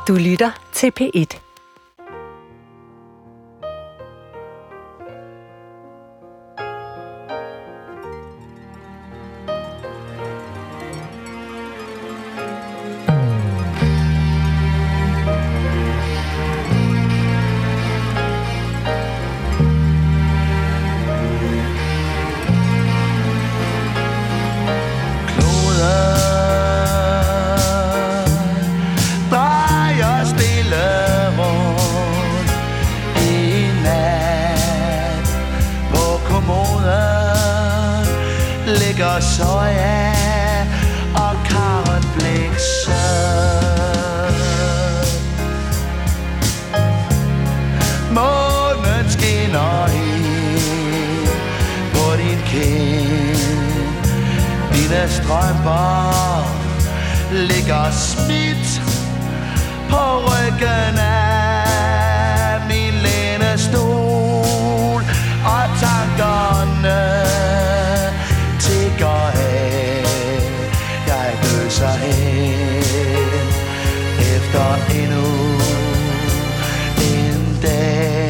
Du lytter til P1. Soja og karotblikser. Månen skinner ind på din kind. Dine strømper ligger smidt på ryggen af min lænestol, og tankerne tigger af. Jeg døser hen efter endnu en dag.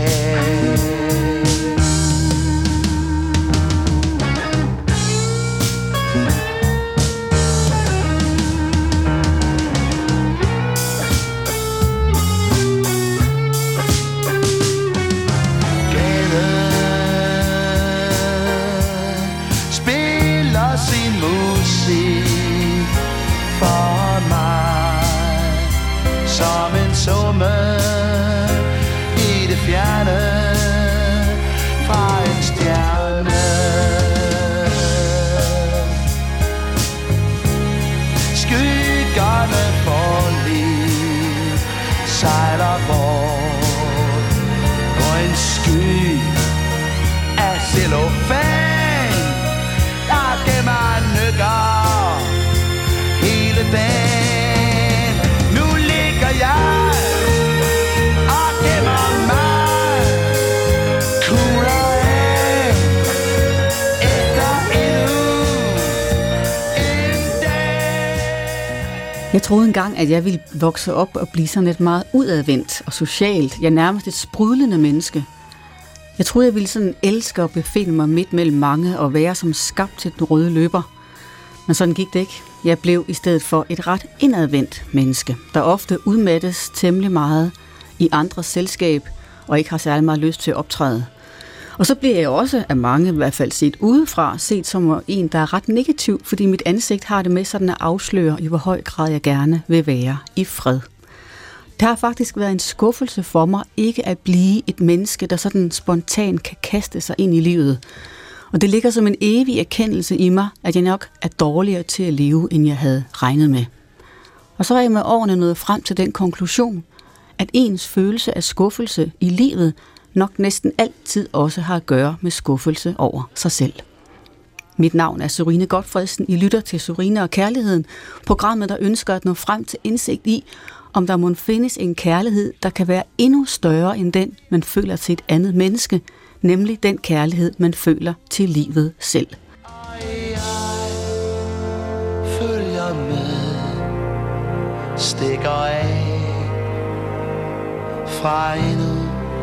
Som en summe i det fjerne fra en stjerne. Skyggerne for liv sejler bort på en sky af cellofan, der gemmer nykker hele dagen. Jeg troede engang, at jeg ville vokse op og blive sådan et meget udadvendt og socialt. Jeg er nærmest et sprudlende menneske. Jeg troede, jeg ville sådan elske at befinde mig midt mellem mange og være som skabt til den røde løber. Men sådan gik det ikke. Jeg blev i stedet for et ret indadvendt menneske, der ofte udmattes temmelig meget i andres selskab og ikke har særlig meget lyst til at optræde. Og så bliver jeg også af mange, i hvert fald set udefra, set som en, der er ret negativ, fordi mit ansigt har det med sådan at afsløre, i hvor høj grad jeg gerne vil være i fred. Det har faktisk været en skuffelse for mig ikke at blive et menneske, der sådan spontant kan kaste sig ind i livet. Og det ligger som en evig erkendelse i mig, at jeg nok er dårligere til at leve, end jeg havde regnet med. Og så er jeg med årene nået frem til den konklusion, at ens følelse af skuffelse i livet nok næsten altid også har at gøre med skuffelse over sig selv. Mit navn er Sørine Gotfredsen. I lytter til Sørine og Kærligheden, programmet, der ønsker at nå frem til indsigt i, om der må findes en kærlighed, der kan være endnu større end den, man føler til et andet menneske, nemlig den kærlighed, man føler til livet selv. Jeg følger med, stikker af fra endnu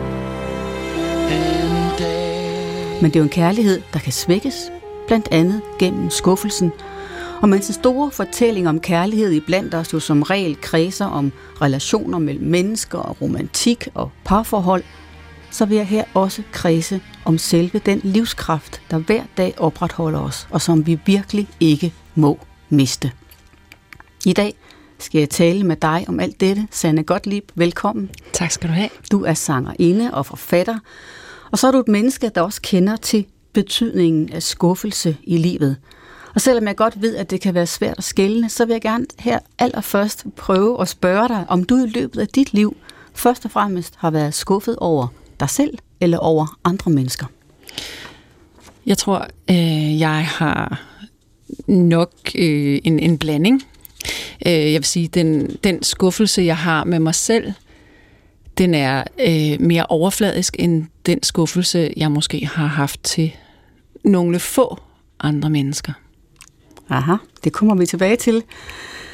en dag. Men det er jo en kærlighed, der kan svækkes, blandt andet gennem skuffelsen. Og mens en store fortælling om kærlighed iblandt os jo som regel kredser om relationer mellem mennesker og romantik og parforhold, så vil jeg her også kredse om selve den livskraft, der hver dag opretholder os, og som vi virkelig ikke må miste. I dag skal jeg tale med dig om alt dette. Sanne Gottlieb, velkommen. Tak skal du have. Du er sangerinde og forfatter, og så er du et menneske, der også kender til betydningen af skuffelse i livet. Og selvom jeg godt ved, at det kan være svært at skelne, så vil jeg gerne her allerførst prøve at spørge dig, om du i løbet af dit liv først og fremmest har været skuffet over dig selv eller over andre mennesker. Jeg tror, jeg har nok en blanding. Jeg vil sige, den skuffelse, jeg har med mig selv, den er mere overfladisk end den skuffelse, jeg måske har haft til nogle få andre mennesker. Aha, det kommer vi tilbage til.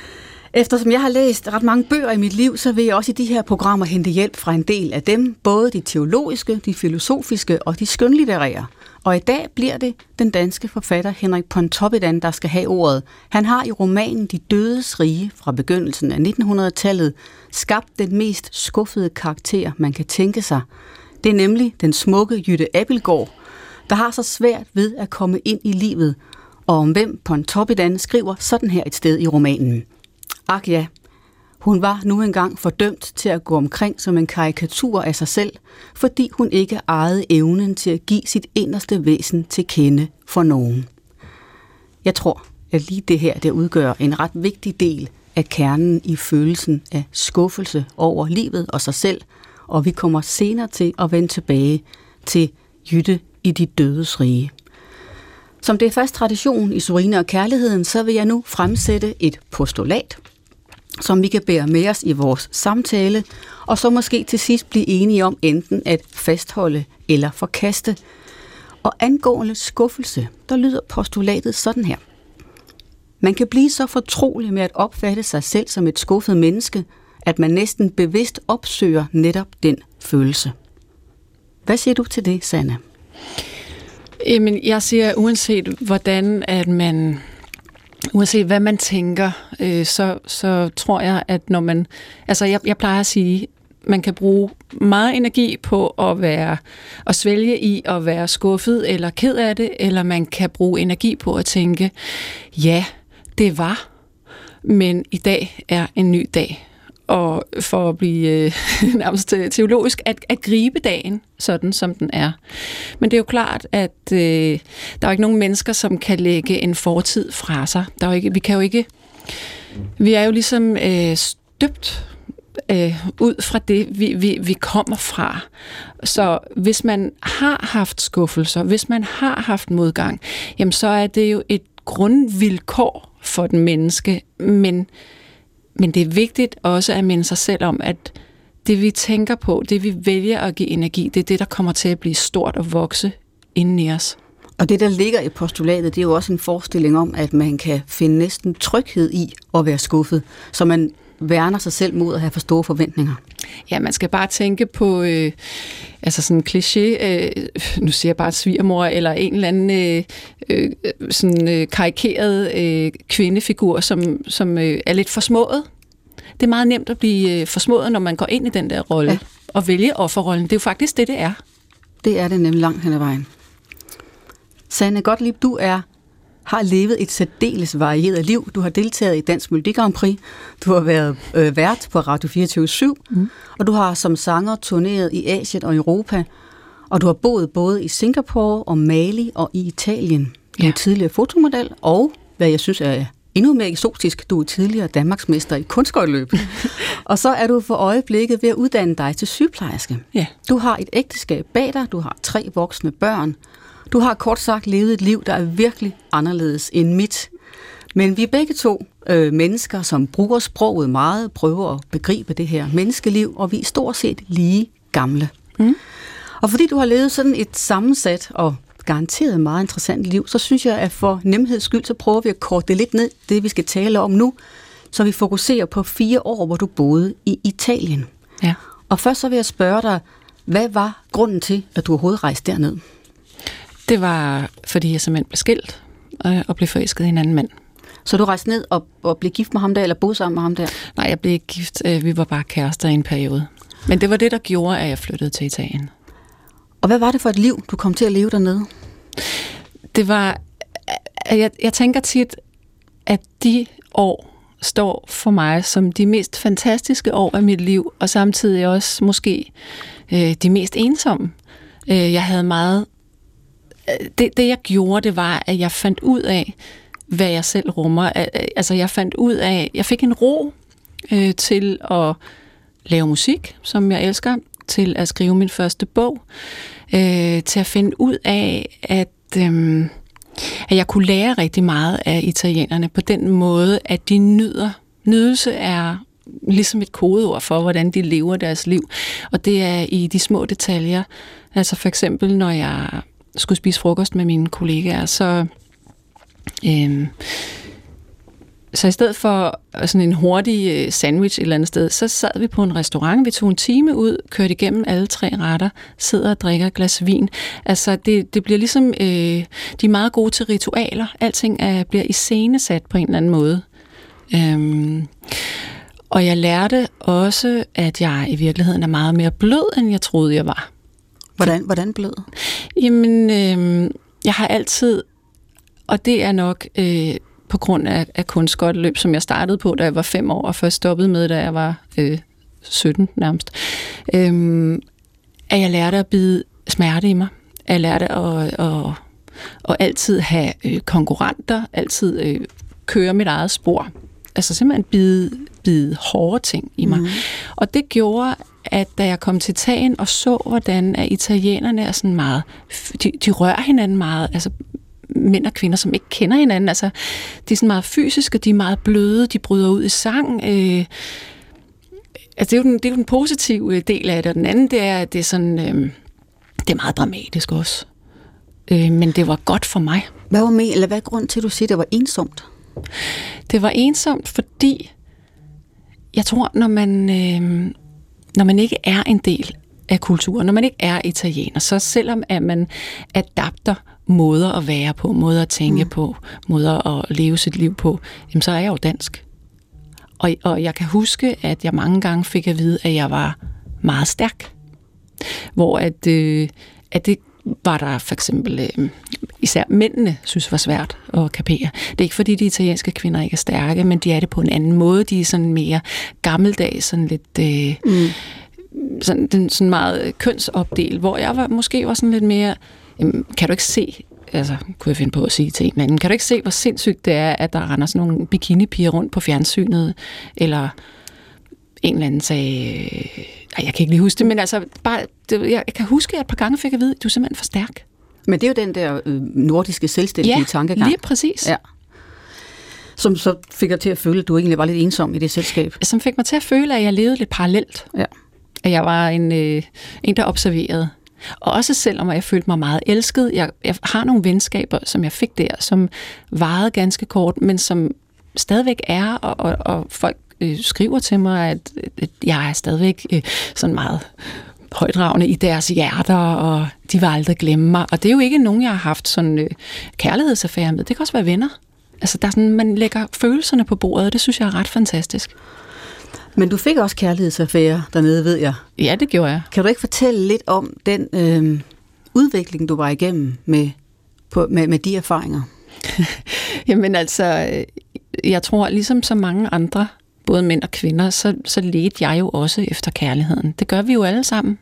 Eftersom jeg har læst ret mange bøger i mit liv, så vil jeg også i de her programmer hente hjælp fra en del af dem, både de teologiske, de filosofiske og de skønlitterære. Og i dag bliver det den danske forfatter Henrik Pontoppidan, der skal have ordet. Han har i romanen De dødes rige fra begyndelsen af 1900-tallet skabt den mest skuffede karakter, man kan tænke sig. Det er nemlig den smukke Jytte Abildgaard, der har så svært ved at komme ind i livet, og om hvem Pontoppidan skriver sådan her et sted i romanen. Ak ja, hun var nu engang fordømt til at gå omkring som en karikatur af sig selv, fordi hun ikke ejede evnen til at give sit inderste væsen til kende for nogen. Jeg tror, at lige det her det udgør en ret vigtig del af kernen i følelsen af skuffelse over livet og sig selv, og vi kommer senere til at vende tilbage til Jytte i De dødes rige. Som det er fast tradition i Sorine og Kærligheden, så vil jeg nu fremsætte et postulat, som vi kan bære med os i vores samtale, og så måske til sidst blive enige om enten at fastholde eller forkaste. Og angående skuffelse, der lyder postulatet sådan her. Man kan blive så fortrolig med at opfatte sig selv som et skuffet menneske, at man næsten bevidst opsøger netop den følelse. Hvad siger du til det, Sanne? Jamen, jeg siger, uanset hvordan at man... Uanset hvad man tænker, så tror jeg, at når man... Altså, jeg plejer at sige, man kan bruge meget energi på at svælge i at være skuffet eller ked af det, eller man kan bruge energi på at tænke, ja, det var, men i dag er en ny dag. Og for at blive nærmest teologisk, at gribe dagen sådan, som den er. Men det er jo klart, at der er ikke nogen mennesker, som kan lægge en fortid fra sig. Vi er jo ligesom støbt ud fra det, vi kommer fra. Så hvis man har haft skuffelser, hvis man har haft modgang, jamen så er det jo et grundvilkår for den menneske, men det er vigtigt også at minde sig selv om, at det vi tænker på, det vi vælger at give energi, det er det, der kommer til at blive stort og vokse inden i os. Og det, der ligger i postulatet, det er jo også en forestilling om, at man kan finde næsten tryghed i at være skuffet, så man værner sig selv mod at have for store forventninger. Ja, man skal bare tænke på sådan en kliché, nu siger jeg bare svigermor, eller en eller anden karikeret kvindefigur, som er lidt forsmået. Det er meget nemt at blive forsmået, når man går ind i den der rolle, og vælge offerrollen. Det er jo faktisk det er. Det er det nemlig langt hen ad vejen. Sanne Gottlieb, du har levet et særdeles varieret liv. Du har deltaget i Dansk Melodi Grand Prix. Du har været vært på Radio 24/7, og du har som sanger turneret i Asien og Europa. Og du har boet både i Singapore og Mali og i Italien. Du er tidligere fotomodel, og hvad jeg synes er endnu mere eksotisk, du er tidligere Danmarksmester i kunstskøjteløb. Og så er du for øjeblikket ved at uddanne dig til sygeplejerske. Ja. Du har et ægteskab bag dig, du har 3 voksne børn. Du har kort sagt levet et liv, der er virkelig anderledes end mit. Men vi er begge to mennesker, som bruger sproget meget, prøver at begribe det her menneskeliv, og vi er stort set lige gamle. Og fordi du har levet sådan et sammensat og garanteret meget interessant liv, så synes jeg, at for nemheds skyld, så prøver vi at korte det lidt ned, det vi skal tale om nu, så vi fokuserer på 4 år, hvor du boede i Italien. Ja. Og først så vil jeg spørge dig, hvad var grunden til, at du overhovedet rejste derned? Det var, fordi jeg simpelthen blev skilt og blev forelsket i en anden mand. Så du rejste ned og blev gift med ham der, eller boede sammen med ham der? Nej, jeg blev ikke gift. Vi var bare kærester i en periode. Men det var det, der gjorde, at jeg flyttede til Italien. Og hvad var det for et liv, du kom til at leve dernede? Det var... Jeg tænker tit, at de år står for mig som de mest fantastiske år af mit liv, og samtidig også måske de mest ensomme. Jeg havde meget... Det jeg gjorde, det var, at jeg fandt ud af, hvad jeg selv rummer. Altså, jeg fik en ro til at lave musik, som jeg elsker, til at skrive min første bog, til at finde ud af, at jeg kunne lære rigtig meget af italienerne på den måde, at de nyder. Nydelse er ligesom et kodeord for, hvordan de lever deres liv, og det er i de små detaljer. Altså for eksempel, når jeg skulle spise frokost med mine kollegaer, så Så i stedet for sådan en hurtig sandwich et eller andet sted, så sad vi på en restaurant. Vi tog en time ud, kørte igennem alle 3 retter, sidder og drikker et glas vin. Altså, det bliver ligesom... de er meget gode til ritualer. Alting bliver iscenesat på en eller anden måde. Og jeg lærte også, at jeg i virkeligheden er meget mere blød, end jeg troede, jeg var. Hvordan blød? Jamen, jeg har altid... Og det er nok... på grund af kunstskøjteløb, som jeg startede på, da jeg var 5 år, og først stoppede med, da jeg var 17 nærmest. At jeg lærte at bide smerte i mig. At jeg lærte at altid have konkurrenter, altid køre mit eget spor. Altså simpelthen bide hårde ting i mig. Og det gjorde, at da jeg kom til Italien og så, hvordan at italienerne er sådan meget... De rører hinanden meget, altså mænd og kvinder, som ikke kender hinanden. Altså, de er sådan meget fysiske, de er meget bløde, de bryder ud i sang. Altså, det er jo den positive del af det, og den anden, det er, at det er sådan, det er meget dramatisk også. Men det var godt for mig. Hvad er grund til, at du siger, det var ensomt? Det var ensomt, fordi jeg tror, når man ikke er en del af kulturen, når man ikke er italiener, så selvom at man adapter måder at være på, måder at tænke på, måder at leve sit liv på, jamen så er jeg jo dansk. Og jeg kan huske, at jeg mange gange fik at vide, at jeg var meget stærk. Hvor at det var der for eksempel, især mændene synes var svært at kapere. Det er ikke fordi de italienske kvinder ikke er stærke, men de er det på en anden måde. De er sådan mere gammeldags, sådan lidt... sådan meget kønsopdelt, hvor jeg måske var sådan lidt mere... Kan du ikke se, altså kunne jeg finde på at sige til en anden, kan du ikke se, hvor sindssygt det er, at der render sådan nogle bikinipiger rundt på fjernsynet, eller en eller anden sagde, jeg kan ikke lige huske det, men altså bare, jeg kan huske, at et par gange fik at vide, at du er simpelthen for stærk. Men det er jo den der nordiske selvstændige tankegang. Ja, lige præcis. Ja. Som så fik dig til at føle, at du egentlig var lidt ensom i det selskab. Som fik mig til at føle, at jeg levede lidt parallelt. Ja. At jeg var en der observerede. Og også selvom jeg følte mig meget elsket. Jeg har nogle venskaber, som jeg fik der, som varede ganske kort, men som stadigvæk er, og folk skriver til mig, at jeg er stadigvæk sådan meget højdragende i deres hjerter, og de vil aldrig glemme mig. Og det er jo ikke nogen, jeg har haft sådan kærlighedsaffære med. Det kan også være venner. Altså, der er sådan, man lægger følelserne på bordet, og det synes jeg er ret fantastisk. Men du fik også kærlighedsaffære dernede, ved jeg. Ja, det gjorde jeg. Kan du ikke fortælle lidt om den udvikling, du var igennem med de erfaringer? Jamen altså, jeg tror, ligesom så mange andre, både mænd og kvinder, så ledte jeg jo også efter kærligheden. Det gør vi jo alle sammen.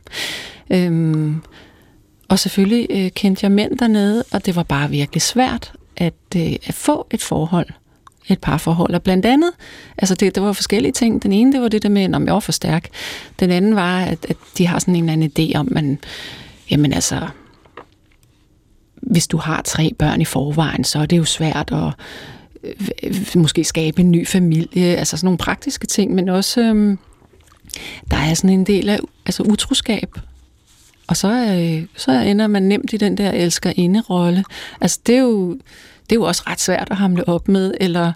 Og selvfølgelig kendte jeg mænd dernede, og det var bare virkelig svært at få et forhold. Et parforhold, og blandt andet, altså det var forskellige ting. Den ene, det var det der med, om jeg var for stærk. Den anden var, at de har sådan en eller anden idé om, jamen altså, hvis du har 3 børn i forvejen, så er det jo svært at måske skabe en ny familie, altså sådan nogle praktiske ting, men også, der er sådan en del af altså utroskab. Og så ender man nemt i den der elskerinde-rolle. Altså det er jo også ret svært at hamle op med, eller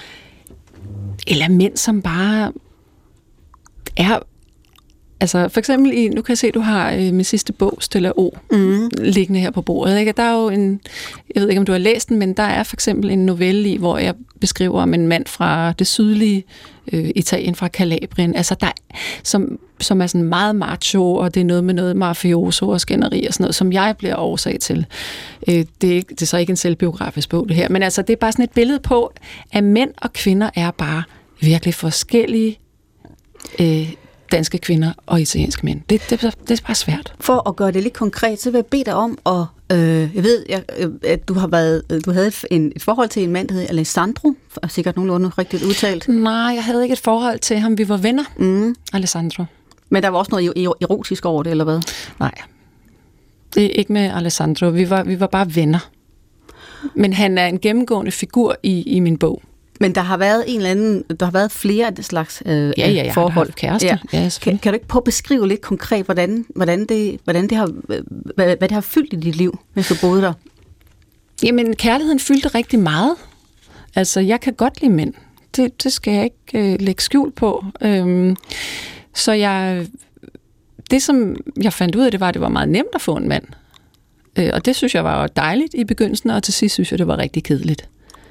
mænd, som bare er... Altså for eksempel, nu kan jeg se, at du har min sidste bog, Stella O, liggende her på bordet. Ikke? Der er jo jeg ved ikke, om du har læst den, men der er for eksempel en novelle i, hvor jeg beskriver om en mand fra det sydlige Italien, fra Calabrien, altså som er sådan meget macho, og det er noget med noget mafioso og skænderi og sådan noget, som jeg bliver årsag til. Det er så ikke en selvbiografisk bog, det her, men altså det er bare sådan et billede på, at mænd og kvinder er bare virkelig forskellige danske kvinder og italienske mænd. Det er bare svært. For at gøre det lidt konkret, så vil jeg bede dig om at... jeg ved, at du havde et forhold til en mand, der hed Alessandro, sikkert nogenlunde rigtigt udtalt. Nej, jeg havde ikke et forhold til ham. Vi var venner, Alessandro. Men der var også noget erotisk over det, eller hvad? Nej, det er ikke med Alessandro. Vi var bare venner. Men han er en gennemgående figur i min bog. Men der har været flere af det slags forhold. Ja, kærester. Ja, kan du ikke prøve at beskrive lidt konkret, hvad det har fyldt i dit liv, mens du boede der? Jamen, kærligheden fyldte rigtig meget. Altså, jeg kan godt lide mænd. Det skal jeg ikke lægge skjul på. Så det, som jeg fandt ud af, det var meget nemt at få en mand. Og det synes jeg var dejligt i begyndelsen, og til sidst synes jeg, det var rigtig kedeligt.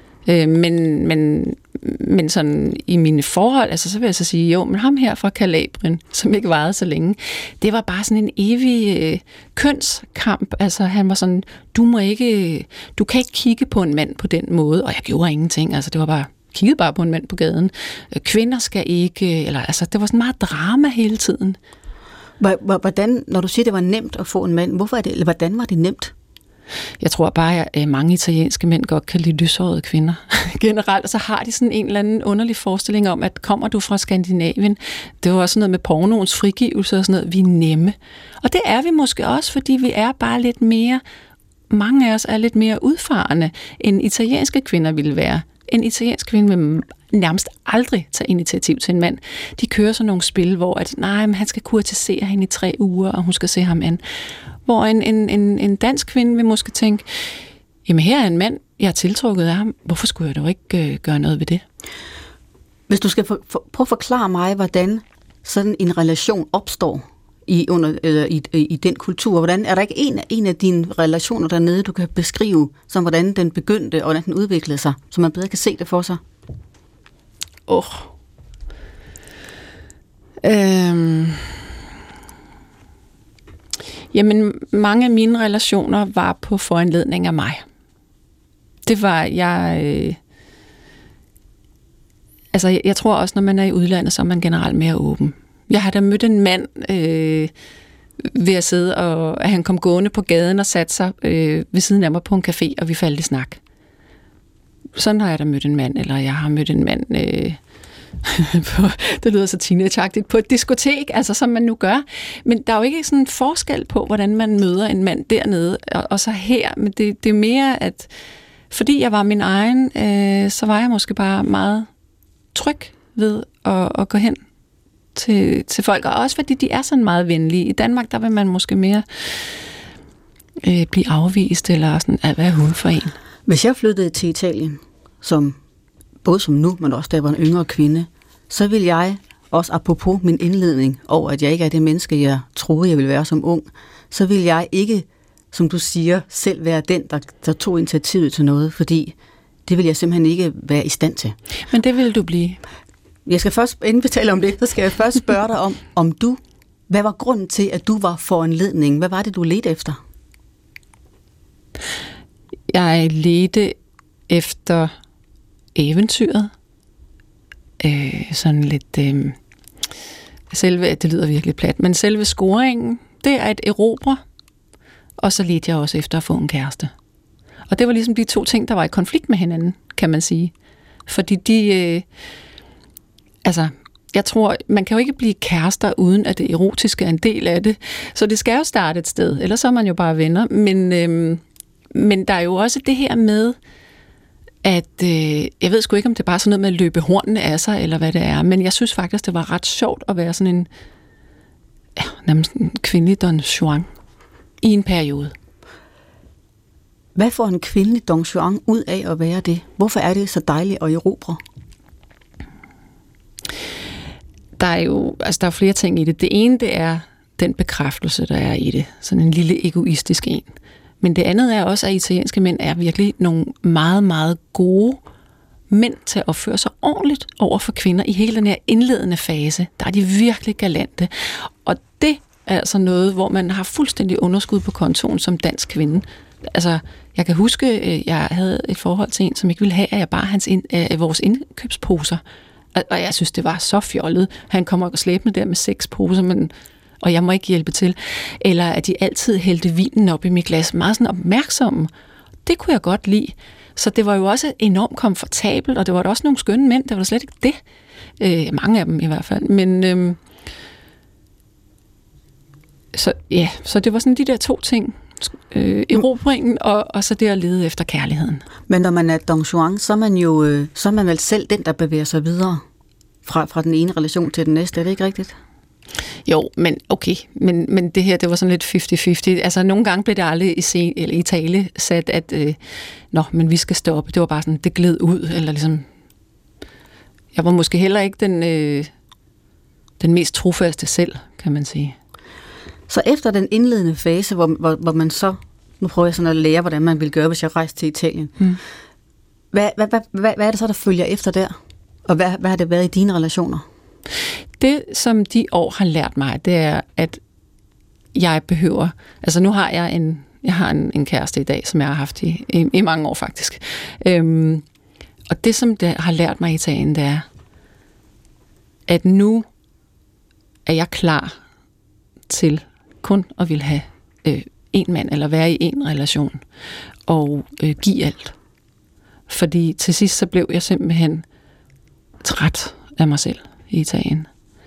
Men sådan i mine forhold, altså så vil jeg så sige, jo, men ham her fra Calabrien, som ikke varede så længe, det var bare sådan en evig kønskamp. Altså han var sådan, du kan ikke kigge på en mand på den måde, og jeg gjorde ingenting. Altså det var bare, kiggede bare på en mand på gaden. Kvinder skal ikke, eller altså det var sådan meget drama hele tiden. Hvordan, når du siger, det var nemt at få en mand, hvordan var det nemt? Jeg tror bare, at mange italienske mænd godt kan lide lyshårede kvinder. Generelt, og så har de sådan en eller anden underlig forestilling om, at kommer du fra Skandinavien, det var også noget med pornoens frigivelse og sådan noget, vi er nemme. Og det er vi måske også, fordi vi er bare lidt mere, mange af os er lidt mere udfarende, end italienske kvinder ville være. En italiensk kvinde vil nærmest aldrig tage initiativ til en mand. De kører sådan nogle spil, hvor han skal kurtisere hende i 3 uger, og hun skal se ham an. Hvor en dansk kvinde vil måske tænke, jamen her er en mand, jeg er tiltrukket af ham. Hvorfor skulle jeg dog ikke gøre noget ved det? Hvis du skal prøve at forklare mig, hvordan sådan en relation opstår i den kultur. Hvordan er der ikke en af dine relationer dernede, du kan beskrive, som hvordan den begyndte, og hvordan den udviklede sig, så man bedre kan se det for sig? Jamen, mange af mine relationer var på foranledning af mig. Det var, jeg tror også, når man er i udlandet, så er man generelt mere åben. Jeg har da mødt en mand ved at sidde, og han kom gående på gaden og satte sig ved siden af mig på en café, og vi faldt i snak. Sådan har jeg da mødt en mand, eller jeg har mødt en mand, det lyder så teenageagtigt, på et diskotek, altså som man nu gør. Men der er jo ikke sådan en forskel på, hvordan man møder en mand dernede, og så her. Men det er mere, at fordi jeg var min egen, så var jeg måske bare meget tryg ved at gå hen til folk, og også fordi de er sådan meget venlige. I Danmark, der vil man måske mere blive afvist, eller sådan, hvad er hun for en? Hvis jeg flyttede til Italien, både som nu, men også da jeg var en yngre kvinde, så ville jeg, også apropos min indledning over, at jeg ikke er det menneske, jeg troede, jeg ville være som ung, så ville jeg ikke, som du siger, selv være den, der tog initiativet til noget, fordi det ville jeg simpelthen ikke være i stand til. Men det ville du blive. Jeg skal først, inden vi taler om det, så skal jeg først spørge dig om du, hvad var grunden til, at du var foranledningen? Hvad var det, du ledte efter? Jeg ledte efter eventyret. Sådan lidt det lyder virkelig plat, men selve scoringen, det er et erobre, og så ledte jeg også efter at få en kæreste. Og det var ligesom de 2 ting, der var i konflikt med hinanden, kan man sige. Fordi jeg tror, man kan jo ikke blive kærester, uden at det erotiske er en del af det. Så det skal jo starte et sted, ellers så er man jo bare venner. Men der er jo også det her med, at jeg ved sgu ikke, om det er bare sådan noget med at løbe hornene af sig, eller hvad det er, men jeg synes faktisk, det var ret sjovt at være sådan nærmest en kvindelig Don Juan i en periode. Hvad får en kvindelig Don Juan ud af at være det? Hvorfor er det så dejligt at erobre? Der er flere ting i det. Det ene, det er den bekræftelse, der er i det. Sådan en lille egoistisk en. Men det andet er også, at italienske mænd er virkelig nogle meget, meget gode mænd til at opføre sig ordentligt over for kvinder i hele den her indledende fase. Der er de virkelig galante. Og det er altså noget, hvor man har fuldstændig underskud på kontoen som dansk kvinde. Altså, jeg kan huske, jeg havde et forhold til en, som ikke ville have, at jeg bare vores indkøbsposer. Og jeg synes, det var så fjollet. Han kommer og slæbende der med 6 poser, og jeg må ikke hjælpe til. Eller at de altid hældte vinen op i mit glas. Meget sådan opmærksomme. Det kunne jeg godt lide. Så det var jo også enormt komfortabelt, og det var da også nogle skønne mænd. Det var da slet ikke det. Mange af dem i hvert fald. Men så det var sådan de der 2 ting. Erobringen og så det at lede efter kærligheden. Men når man er Don Juan, så er man vel selv den, der bevæger sig videre fra den ene relation til den næste. Er det ikke rigtigt? Jo, men okay. Men det her, det var sådan lidt 50-50. Altså, nogle gange blev det aldrig i tale sat, at men vi skal stoppe. Det var bare sådan, det gled ud, eller ligesom jeg var måske heller ikke den mest trofaste selv, kan man sige. Så efter den indledende fase, hvor man så, nu prøver jeg sådan at lære, hvordan man vil gøre, hvis jeg rejser til Italien. Hvad er det så, der følger efter der? Og hvad har det været i dine relationer? Det, som de år har lært mig, det er, at jeg behøver... Altså nu har jeg en kæreste i dag, som jeg har haft i mange år faktisk. Og det, som det har lært mig i Italien, det er, at nu er jeg klar til kun at ville have en mand, eller være i en relation, og give alt. Fordi til sidst så blev jeg simpelthen træt af mig selv i Italien.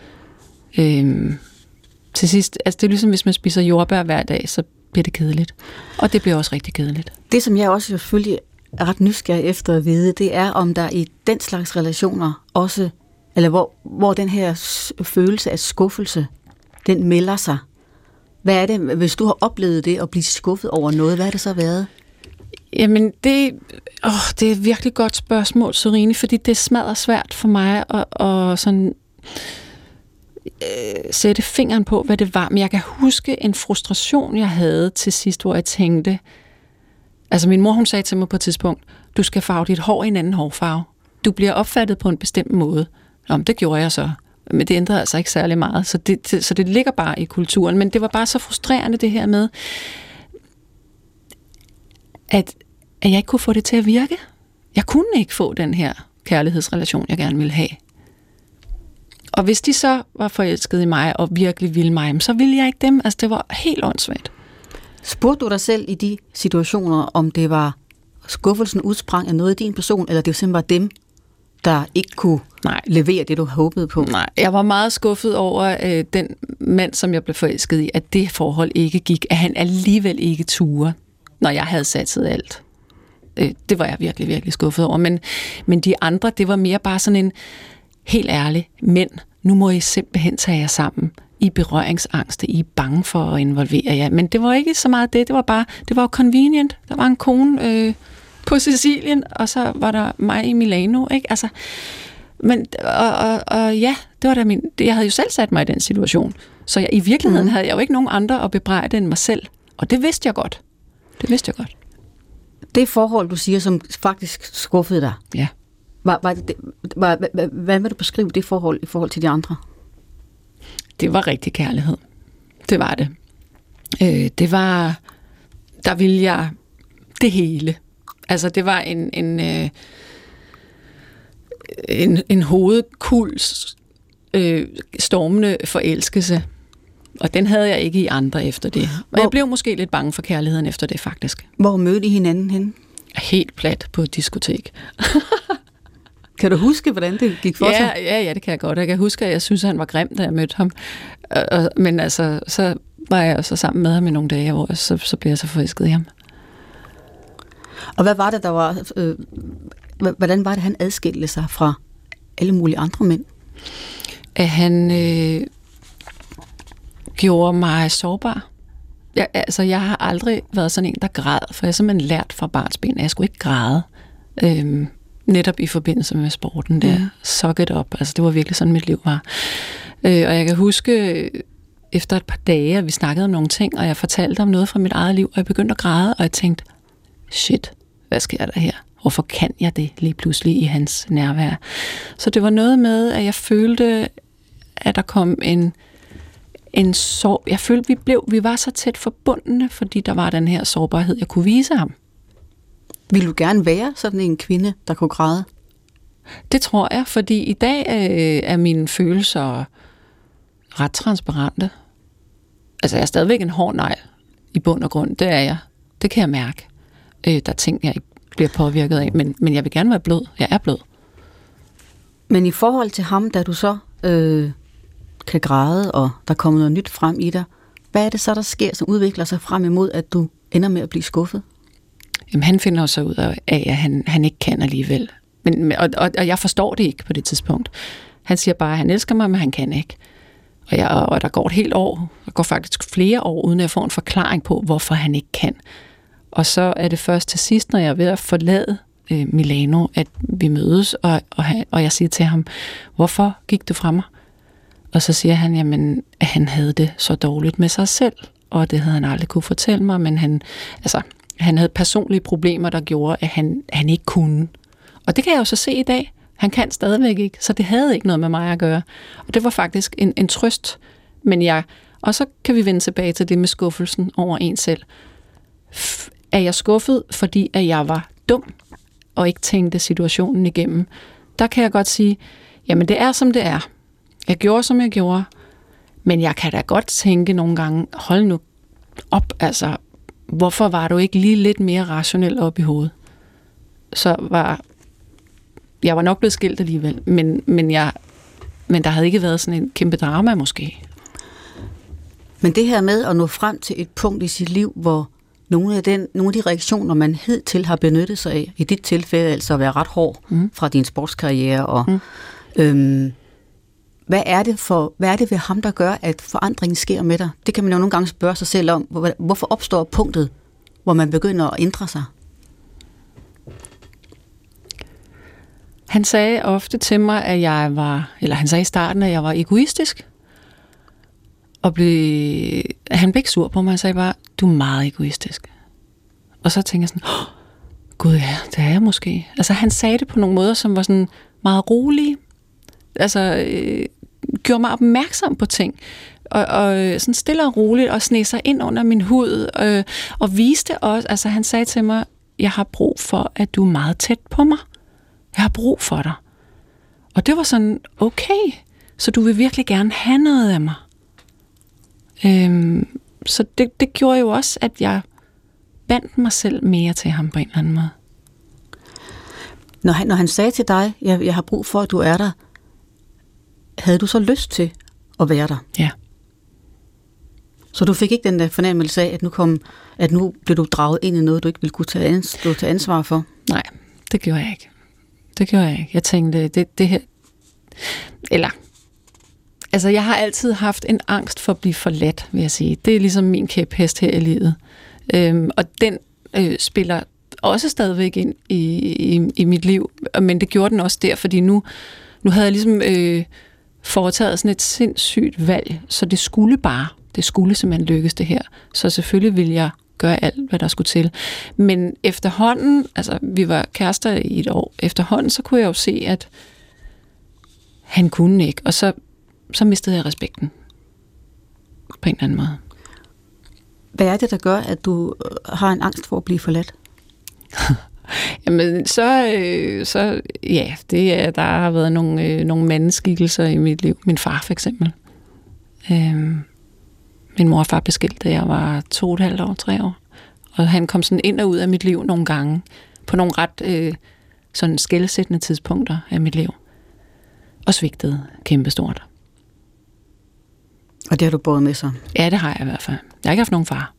Til sidst, altså det er ligesom, hvis man spiser jordbær hver dag, så bliver det kedeligt. Og det bliver også rigtig kedeligt. Det, som jeg også selvfølgelig er ret nysgerrig efter at vide, det er, om der i den slags relationer også, eller hvor den her følelse af skuffelse, den melder sig. Hvad er det, hvis du har oplevet det, at blive skuffet over noget, hvad har det så været? Jamen, det er et virkelig godt spørgsmål, Sørine, fordi det smadrer svært for mig at sådan, sætte fingeren på, hvad det var. Men jeg kan huske en frustration, jeg havde til sidst, hvor jeg tænkte, altså min mor, hun sagde til mig på et tidspunkt, du skal farve dit hår i en anden hårfarve. Du bliver opfattet på en bestemt måde. Nå, det gjorde jeg så. Men det ændrede altså ikke særlig meget. Så det ligger bare i kulturen. Men det var bare så frustrerende, det her med, at jeg ikke kunne få det til at virke. Jeg kunne ikke få den her kærlighedsrelation, jeg gerne ville have. Og hvis de så var forelskede i mig og virkelig ville mig, så ville jeg ikke dem. Altså, det var helt åndssvagt. Spurgte du dig selv i de situationer, om det var skuffelsen udsprang af noget i din person, eller det simpelthen var dem, der ikke kunne levere det, du håbede på? Nej, jeg var meget skuffet over den mand, som jeg blev forelsket i, at det forhold ikke gik, at han alligevel ikke turde, når jeg havde satset alt. Det var jeg virkelig, virkelig skuffet over. Men de andre, det var mere bare sådan en helt ærlig, mænd, nu må I simpelthen tage jer sammen. I berøringsangste, I er bange for at involvere jer. Men det var ikke så meget det, det var jo convenient. Der var en kone på Sicilien, og så var der mig i Milano, ikke? Altså, men, og ja, det var da jeg havde jo selv sat mig i den situation. Så i virkeligheden havde jeg jo ikke nogen andre at bebrejde end mig selv. Og det vidste jeg godt. Det forhold, du siger, som faktisk skuffede dig. Ja. Hvad vil du beskrive det forhold i forhold til de andre? Det var rigtig kærlighed. Det var det. Der ville jeg det hele. Altså, det var en hovedkuls stormende forelskelse. Og den havde jeg ikke i andre efter det. Og jeg blev måske lidt bange for kærligheden efter det, faktisk. Hvor mødte I hinanden henne? Helt plat på et diskotek. Kan du huske, hvordan det gik for sig? Ja, det kan jeg godt. Jeg kan huske, at jeg synes, at han var grim, da jeg mødte ham. Men altså, så var jeg så sammen med ham i nogle dage, hvor så blev jeg så forelsket i ham. Og hvad var det, der var... hvordan var det, han adskilte sig fra alle mulige andre mænd? At han gjorde mig sårbar. Jeg har aldrig været sådan en, der græd, for jeg har simpelthen lært fra barnsben, at jeg skulle ikke græde. Netop i forbindelse med sporten der. Suck it up. Altså, det var virkelig sådan, mit liv var. Og jeg kan huske, efter et par dage, at vi snakkede om nogle ting, og jeg fortalte om noget fra mit eget liv, og jeg begyndte at græde, og jeg tænkte, shit, hvad sker der her? Hvorfor kan jeg det lige pludselig i hans nærvær? Så det var noget med, at jeg følte, at der kom en sorg. Jeg følte, vi var så tæt forbundne, fordi der var den her sårbarhed, jeg kunne vise ham. Vil du gerne være sådan en kvinde, der kunne græde? Det tror jeg, fordi i dag er mine følelser ret transparente. Altså, jeg er stadigvæk en hård negl i bund og grund. Det er jeg. Det kan jeg mærke. Der er ting, jeg ikke bliver påvirket af, men jeg vil gerne være blød. Jeg er blød. Men i forhold til ham, da du så kan græde, og der kommer noget nyt frem i dig, hvad er det så, der sker, som udvikler sig frem imod, at du ender med at blive skuffet? Jamen, han finder jo så ud af, at han ikke kan alligevel. Og jeg forstår det ikke på det tidspunkt. Han siger bare, at han elsker mig, men han kan ikke. Og der går et helt år, der går faktisk flere år, uden at jeg får en forklaring på, hvorfor han ikke kan. Og så er det først til sidst, når jeg er ved at forlade Milano, at vi mødes, og jeg siger til ham, hvorfor gik du fra mig? Og så siger han, jamen, at han havde det så dårligt med sig selv, og det havde han aldrig kunne fortælle mig, men han havde personlige problemer, der gjorde, at han ikke kunne. Og det kan jeg jo så se i dag. Han kan stadigvæk ikke, så det havde ikke noget med mig at gøre. Og det var faktisk en trøst. Og så kan vi vende tilbage til det med skuffelsen over en selv. Er jeg skuffet, fordi at jeg var dum, og ikke tænkte situationen igennem? Der kan jeg godt sige, jamen det er som det er. Jeg gjorde, som jeg gjorde, men jeg kan da godt tænke nogle gange, hold nu op, altså, hvorfor var du ikke lige lidt mere rationel op i hovedet? Jeg var nok blevet skilt alligevel, men der havde ikke været sådan en kæmpe drama måske. Men det her med at nå frem til et punkt i sit liv, hvor nogle af de reaktioner, man hidtil har benyttet sig af, i dit tilfælde altså at være ret hård fra din sportskarriere, og hvad er det ved ham, der gør, at forandringen sker med dig? Det kan man jo nogle gange spørge sig selv om. Hvorfor opstår punktet, hvor man begynder at ændre sig? Han sagde ofte til mig, at han sagde i starten, at jeg var egoistisk. Og han blev ikke sur på mig, han sagde bare, du er meget egoistisk. Og så tænkte jeg sådan, gud ja, det er jeg måske. Altså han sagde det på nogle måder, som var sådan meget rolige. Altså gjorde mig opmærksom på ting. Og sådan stille og roligt, og sne sig ind under min hud. Og viste også, altså han sagde til mig, jeg har brug for, at du er meget tæt på mig. Jeg har brug for dig. Og det var sådan, okay, så du vil virkelig gerne have noget af mig. Så det gjorde jo også, at jeg bandt mig selv mere til ham på en eller anden måde. Når han sagde til dig, jeg har brug for, at du er der, havde du så lyst til at være der? Ja. Så du fik ikke den der fornemmelse af, at nu blev du draget ind i noget, du ikke ville kunne tage ansvar for? Nej, det gjorde jeg ikke. Jeg tænkte, det her... Altså, jeg har altid haft en angst for at blive forladt, vil jeg sige. Det er ligesom min kæphest her i livet. Og den spiller også stadigvæk ind i mit liv. Men det gjorde den også der, fordi nu havde jeg ligesom foretaget sådan et sindssygt valg. Så det skulle simpelthen lykkes det her. Så selvfølgelig ville jeg gøre alt, hvad der skulle til. Men efterhånden, altså vi var kærester i et år, efterhånden så kunne jeg jo se, at han kunne ikke. Og så mistede jeg respekten på en eller anden måde. Hvad er det, der gør, at du har en angst for at blive forladt? Jamen, så ja, der har været nogle mandeskikkelser i mit liv. Min far for eksempel. Min mor og far blev skilt, da jeg var 2,5 år, 3 år. Og han kom sådan ind og ud af mit liv nogle gange, på nogle ret sådan skelsættende tidspunkter af mit liv. Og svigtede kæmpestort. Og det har du båret med sig? Ja, det har jeg i hvert fald. Jeg har ikke haft nogen far.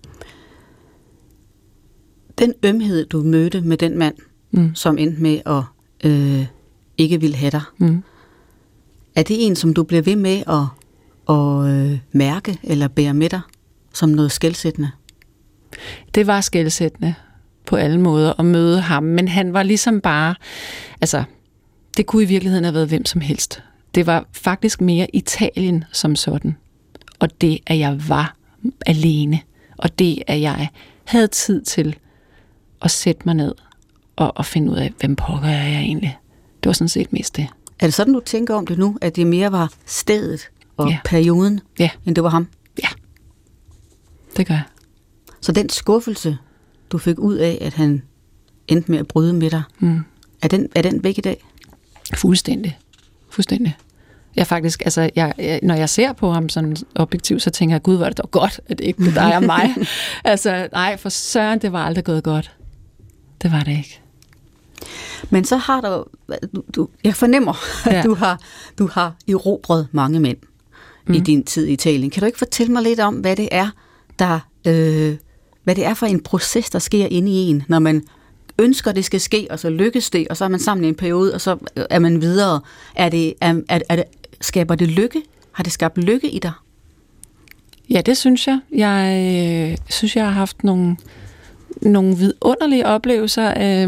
Den ømhed, du mødte med den mand, som endte med at ikke ville have dig, er det en, som du bliver ved med at mærke eller bære med dig som noget skelsættende? Det var skelsættende på alle måder at møde ham, men han var ligesom bare, altså, det kunne i virkeligheden have været hvem som helst. Det var faktisk mere Italien som sådan. Og det, at jeg var alene, og det, at jeg havde tid til at sætte mig ned og finde ud af, hvem pokker jeg egentlig. Det var sådan set mest det. Er det sådan, du tænker om det nu, at det mere var stedet og perioden, end det var ham? Ja, det gør jeg. Så den skuffelse, du fik ud af, at han endte med at bryde med dig, er den væk i dag? Fuldstændig. Jeg faktisk, altså, når jeg ser på ham sådan objektivt, så tænker jeg, gud, var det dog godt, at det ikke blev dig og mig. Altså, nej, for søren, det var aldrig gået godt. Det var det ikke. Men så har du jeg fornemmer, at du har erobret mange mænd i din tid i Italien. Kan du ikke fortælle mig lidt om, hvad det er, hvad det er for en proces, der sker inde i en, når man ønsker, det skal ske, og så lykkes det, og så er man sammen i en periode, og så er man videre. Skaber det lykke? Har det skabt lykke i dig? Ja, det synes jeg. Jeg synes, jeg har haft nogle nogle vidunderlige oplevelser.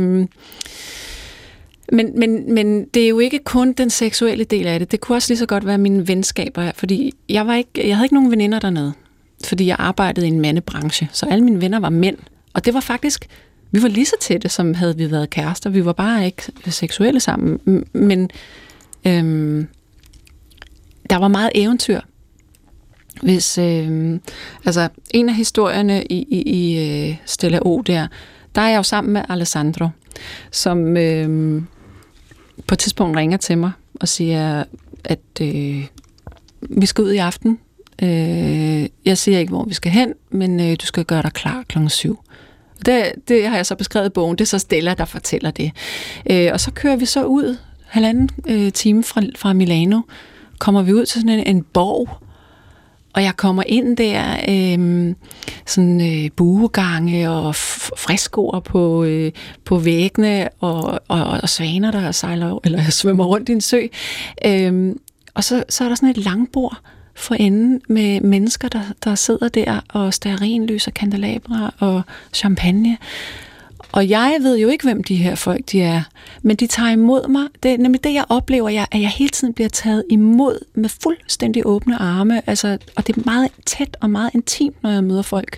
Men det er jo ikke kun den seksuelle del af det. Det kunne også lige så godt være mine venskaber, fordi jeg havde ikke nogen veninder dernede, fordi jeg arbejdede i en mandebranche, så alle mine venner var mænd. Og det var faktisk, vi var lige så tætte, som havde vi været kærester. Vi var bare ikke seksuelle sammen. Men der var meget eventyr. Hvis, altså, en af historierne i Stella O der er jeg jo sammen med Alessandro, som på et tidspunkt ringer til mig og siger, at vi skal ud i aften. Jeg siger ikke, hvor vi skal hen, men du skal gøre dig klar 7:00. Det har jeg så beskrevet i bogen. Det er så Stella, der fortæller det. Og så kører vi så ud 1,5 time fra Milano. Kommer vi ud til sådan en borg, og jeg kommer ind der, sådan buegange og freskoer på væggene, og svaner, der sejler eller svømmer rundt i en sø. Og så er der sådan et langbord for enden med mennesker, der sidder der, og stearinlys og kandelabre og champagne. Og jeg ved jo ikke, hvem de her folk de er, men de tager imod mig. Det er nemlig det, jeg oplever, at jeg hele tiden bliver taget imod med fuldstændig åbne arme. Altså, og det er meget tæt og meget intimt, når jeg møder folk.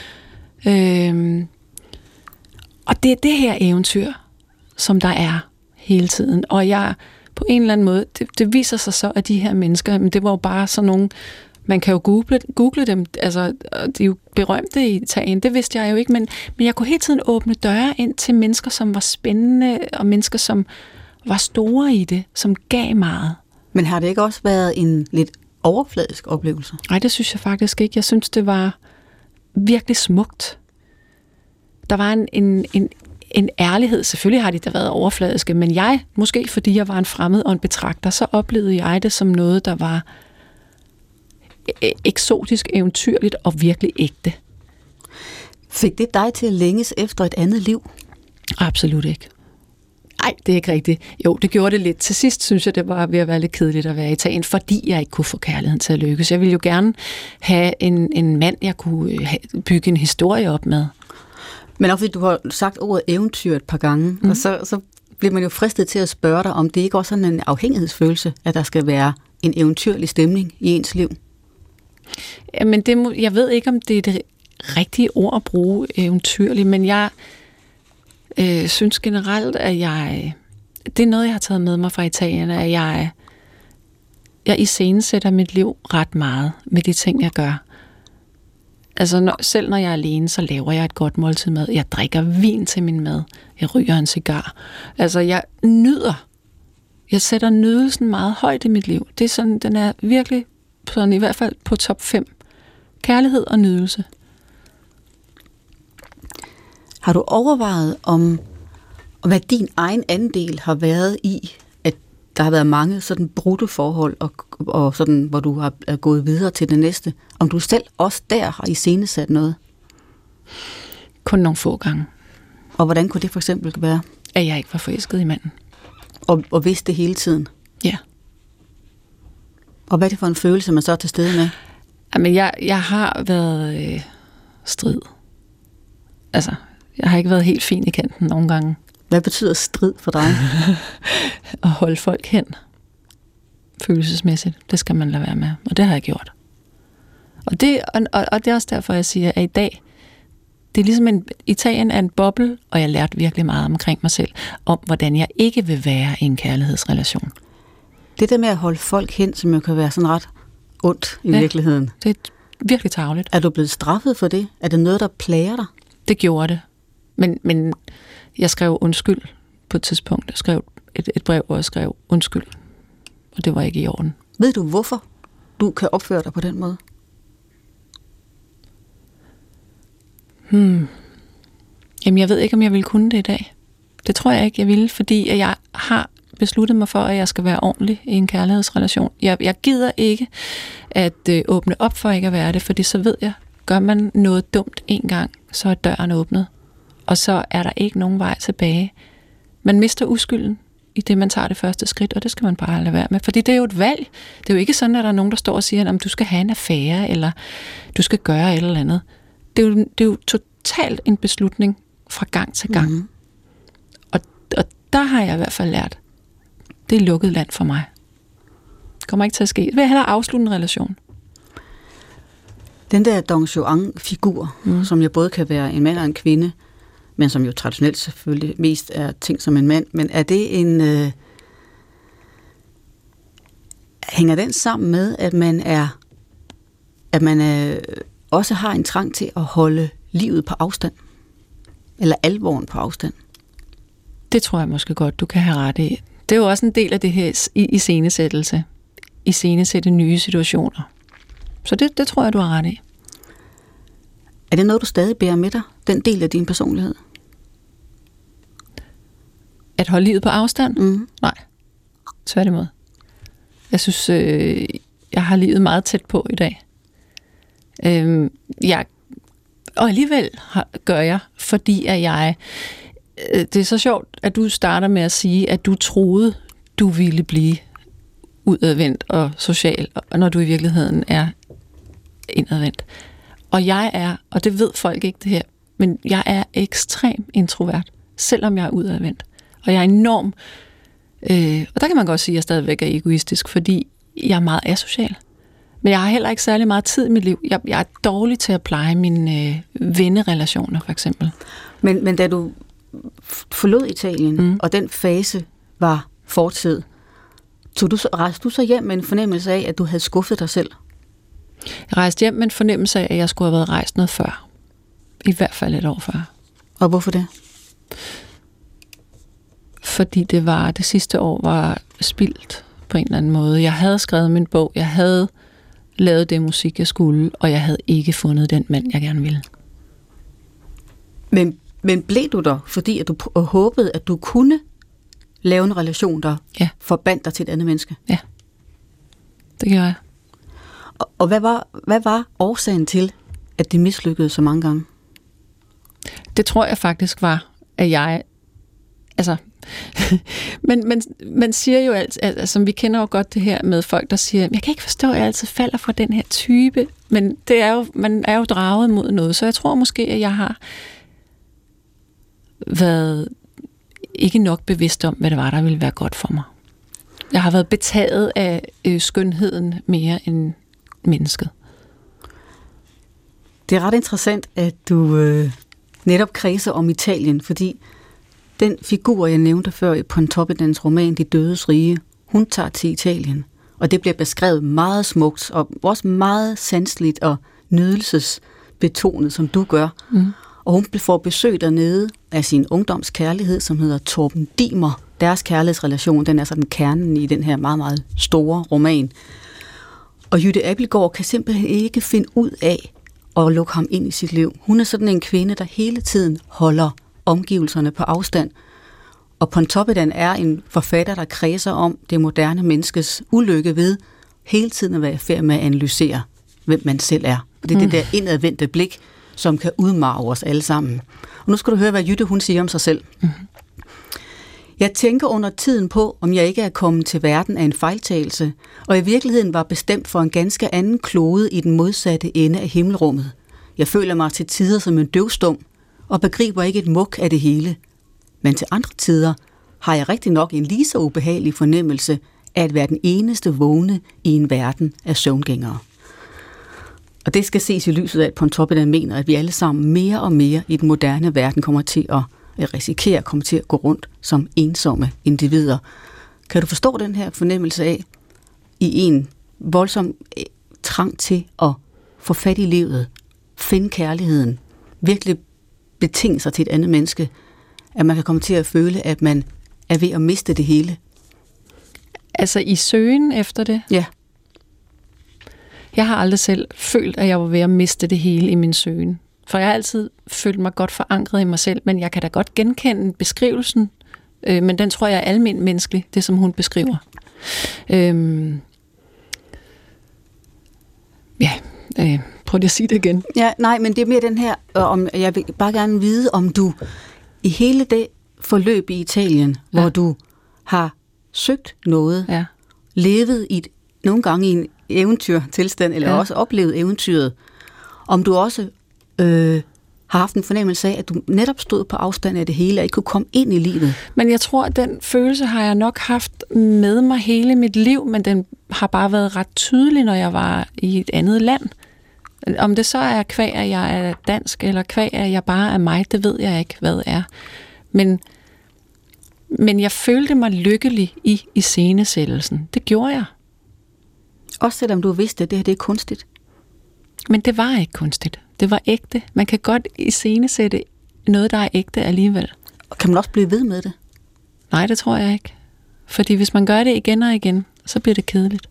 Og det er det her eventyr, som der er hele tiden. Og jeg på en eller anden måde, det viser sig så, at de her mennesker, men det var jo bare sådan nogle, man kan jo google dem, altså, de er jo berømte i Italien, det vidste jeg jo ikke, men jeg kunne hele tiden åbne døre ind til mennesker, som var spændende, og mennesker, som var store i det, som gav meget. Men har det ikke også været en lidt overfladisk oplevelse? Nej, det synes jeg faktisk ikke. Jeg synes, det var virkelig smukt. Der var en ærlighed. Selvfølgelig har de da været overfladiske, men jeg, måske fordi jeg var en fremmed og en betragter, så oplevede jeg det som noget, der var eksotisk, eventyrligt og virkelig ægte. Fik det dig til at længes efter et andet liv? Absolut ikke. Nej, det er ikke rigtigt. Jo, det gjorde det lidt. Til sidst synes jeg, det var ved at være lidt kedeligt at være i Italien, fordi jeg ikke kunne få kærligheden til at lykkes. Jeg ville jo gerne have en mand, jeg kunne bygge en historie op med. Men også fordi du har sagt ordet eventyr et par gange, og så bliver man jo fristet til at spørge dig, om det ikke også er sådan en afhængighedsfølelse, at der skal være en eventyrlig stemning i ens liv? Jamen, jeg ved ikke, om det er det rigtige ord at bruge, eventyrlig, men jeg synes generelt, at det er noget, jeg har taget med mig fra Italien, at jeg iscenesætter mit liv ret meget med de ting, jeg gør. Altså, selv når jeg er alene, så laver jeg et godt måltid mad. Jeg drikker vin til min mad. Jeg ryger en cigar. Altså, jeg nyder. Jeg sætter nydelsen meget højt i mit liv. Det er sådan, den er virkelig sådan, i hvert fald på top 5. Kærlighed og nydelse. Har du overvejet om, hvad din egen andel har været i, at der har været mange sådan brudte forhold, og sådan, hvor du har gået videre til det næste? Om du selv også der har iscenesat noget? Kun nogle få gange. Og hvordan kunne det for eksempel være? At jeg ikke var forelsket i manden. Og vidste det hele tiden? Ja. Og hvad er det for en følelse, man så er til stede med? Jamen, jeg har været strid. Altså, jeg har ikke været helt fin i kanten nogle gange. Hvad betyder strid for dig? At holde folk hen. Følelsesmæssigt. Det skal man lade være med. Og det har jeg gjort. Og det er også derfor, jeg siger, at i dag, det er ligesom Italien er en boble, og jeg lærte virkelig meget omkring mig selv, om hvordan jeg ikke vil være i en kærlighedsrelation. Det der med at holde folk hen, som jo kan være sådan ret ondt i virkeligheden. Det er virkelig tarveligt. Er du blevet straffet for det? Er det noget, der plager dig? Det gjorde det. Men jeg skrev undskyld på et tidspunkt. Jeg skrev et brev, hvor jeg skrev undskyld. Og det var ikke i orden. Ved du, hvorfor du kan opføre dig på den måde? Jamen, jeg ved ikke, om jeg ville kunne det i dag. Det tror jeg ikke, jeg ville, fordi jeg har besluttet mig for, at jeg skal være ordentlig i en kærlighedsrelation. Jeg gider ikke at åbne op for ikke at være det, fordi så ved jeg, gør man noget dumt en gang, så er døren åbnet. Og så er der ikke nogen vej tilbage. Man mister uskylden i det, man tager det første skridt, og det skal man bare lade være med. Fordi det er jo et valg. Det er jo ikke sådan, at der er nogen, der står og siger, at du skal have en affære, eller du skal gøre et eller andet. Det er jo totalt en beslutning fra gang til gang. Mm. Og der har jeg i hvert fald lært, det er lukket land for mig. Det kommer ikke til at ske. Jeg vil hellere afslutte en relation. Den der Don Juan-figur, som jo både kan være en mand og en kvinde, men som jo traditionelt selvfølgelig mest er ting som en mand, men er det en... hænger den sammen med, at man også har en trang til at holde livet på afstand? Eller alvoren på afstand? Det tror jeg måske godt, du kan have ret i. Det er jo også en del af det her iscenesættelse. Iscenesætte nye situationer. Så det tror jeg, du har ret i. Er det noget, du stadig bærer med dig? Den del af din personlighed? At holde livet på afstand? Mm. Nej. Tværtimod. Jeg synes, jeg har livet meget tæt på i dag. Og alligevel gør jeg, fordi at jeg... Det er så sjovt, at du starter med at sige, at du troede, du ville blive udadvendt og social, og når du i virkeligheden er indadvendt. Og jeg er, og det ved folk ikke det her, men jeg er ekstremt introvert, selvom jeg er udadvendt. Og jeg er enorm, og der kan man godt sige, at jeg stadigvæk er egoistisk, fordi jeg er meget asocial. Men jeg har heller ikke særlig meget tid i mit liv. Jeg er dårlig til at pleje mine vennerelationer, for eksempel. Men da du forlod Italien, og den fase var fortid, rejste du så hjem med en fornemmelse af, at du havde skuffet dig selv? Jeg rejste hjem med en fornemmelse af, at jeg skulle have været rejst noget før. I hvert fald et år før. Og hvorfor det? Fordi det sidste år var spildt på en eller anden måde. Jeg havde skrevet min bog, jeg havde lavet det musik, jeg skulle, og jeg havde ikke fundet den mand, jeg gerne ville. Men blev du der, fordi at du håbede, at du kunne lave en relation, der forbandt dig til et andet menneske? Ja, det gjorde jeg. Og hvad var årsagen til, at det mislykkedes så mange gange? Det tror jeg faktisk var, at jeg... Altså, men man siger jo altid, altså, vi kender jo godt det her med folk, der siger, jeg kan ikke forstå, at jeg altid falder for den her type, men det er jo, man er jo draget mod noget, så jeg tror måske, at jeg har været ikke nok bevidst om, hvad det var, der ville være godt for mig. Jeg har været betaget af skønheden mere end mennesket. Det er ret interessant, at du netop kredser om Italien, fordi den figur, jeg nævnte før i Pontoppidans roman, De dødes rige, hun tager til Italien. Og det bliver beskrevet meget smukt, og også meget sanseligt og nydelsesbetonet, som du gør. Mm. Og hun får besøg dernede af sin ungdomskærlighed, som hedder Torben Diemer. Deres kærlighedsrelation, den er sådan kernen i den her meget, meget store roman. Og Jytte Abildgaard kan simpelthen ikke finde ud af at lukke ham ind i sit liv. Hun er sådan en kvinde, der hele tiden holder omgivelserne på afstand. Og Pontoppidan er en forfatter, der kredser om det moderne menneskes ulykke ved hele tiden at være i færd med at analysere, hvem man selv er. Og det er det der indadvendte blik, som kan udmarve os alle sammen. Og nu skal du høre, hvad Jytte hun siger om sig selv. Jeg tænker under tiden på, om jeg ikke er kommet til verden af en fejltagelse, og i virkeligheden var bestemt for en ganske anden klode i den modsatte ende af himmelrummet. Jeg føler mig til tider som en døvstum, og begriber ikke et muk af det hele. Men til andre tider har jeg rigtig nok en lige så ubehagelig fornemmelse af at være den eneste vågne i en verden af søvngængere. Og det skal ses i lyset af, at Pontoppidan mener, at vi alle sammen mere og mere i den moderne verden kommer til at risikere, kommer til at gå rundt som ensomme individer. Kan du forstå den her fornemmelse af, i en voldsom trang til at få fat i livet, finde kærligheden, virkelig betinge sig til et andet menneske, at man kan komme til at føle, at man er ved at miste det hele? Altså i søgen efter det? Ja. Jeg har aldrig selv følt, at jeg var ved at miste det hele i min søgen. For jeg har altid følt mig godt forankret i mig selv, men jeg kan da godt genkende beskrivelsen, men den tror jeg er almen menneskelig, det som hun beskriver. Prøv lige at sige det igen. Ja, nej, men det er mere den her, jeg vil bare gerne vide, om du i hele det forløb i Italien, hvor du har søgt noget, levet nogle gange i en eventyrtilstand, eller også oplevet eventyret, om du også har haft en fornemmelse af, at du netop stod på afstand af det hele, og ikke kunne komme ind i livet. Men jeg tror, at den følelse har jeg nok haft med mig hele mit liv, men den har bare været ret tydelig, når jeg var i et andet land. Om det så er kvæg, at jeg er dansk, eller kvæg, at jeg bare er mig, det ved jeg ikke, hvad er. Men jeg følte mig lykkelig i iscenesættelsen. Det gjorde jeg. Også selvom du vidste, at det her det er kunstigt. Men det var ikke kunstigt. Det var ægte. Man kan godt iscenesætte noget, der er ægte alligevel. Og kan man også blive ved med det? Nej, det tror jeg ikke. Fordi hvis man gør det igen og igen, så bliver det kedeligt.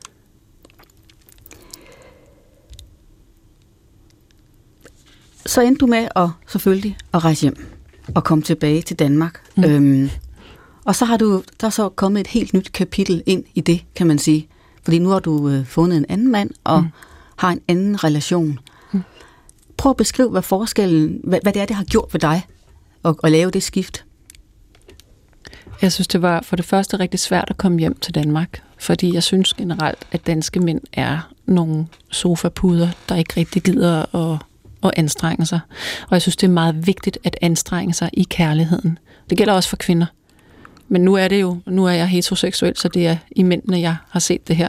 Så endte du med selvfølgelig at rejse hjem og komme tilbage til Danmark. Og så har der er så kommet et helt nyt kapitel ind i det, kan man sige. Fordi nu har du fundet en anden mand og har en anden relation. Prøv at beskrive, hvad forskellen, hvad det er, det har gjort for dig at lave det skift. Jeg synes, det var for det første rigtig svært at komme hjem til Danmark. Fordi jeg synes generelt, at danske mænd er nogle sofapuder, der ikke rigtig gider at anstrenge sig. Og jeg synes, det er meget vigtigt at anstrenge sig i kærligheden. Det gælder også for kvinder. Men nu er jeg heteroseksuel, så det er i mændene, jeg har set det her.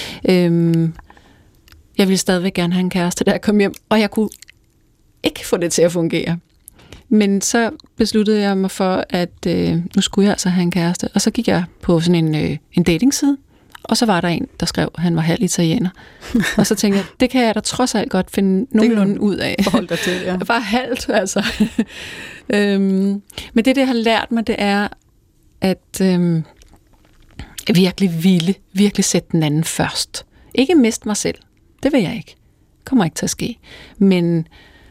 Jeg ville stadigvæk gerne have en kæreste, da jeg kom hjem, og jeg kunne ikke få det til at fungere. Men så besluttede jeg mig for, at nu skulle jeg altså have en kæreste. Og så gik jeg på sådan en datingside, og så var der en, der skrev, at han var halv italiener. Og så tænkte jeg, det kan jeg da trods alt godt finde nogenlunde ud af. Forhold dig til, ja. Bare halvt, altså. Men det har lært mig, det er, at virkelig sætte den anden først. Ikke miste mig selv. Det vil jeg ikke. Det kommer ikke til at ske. Men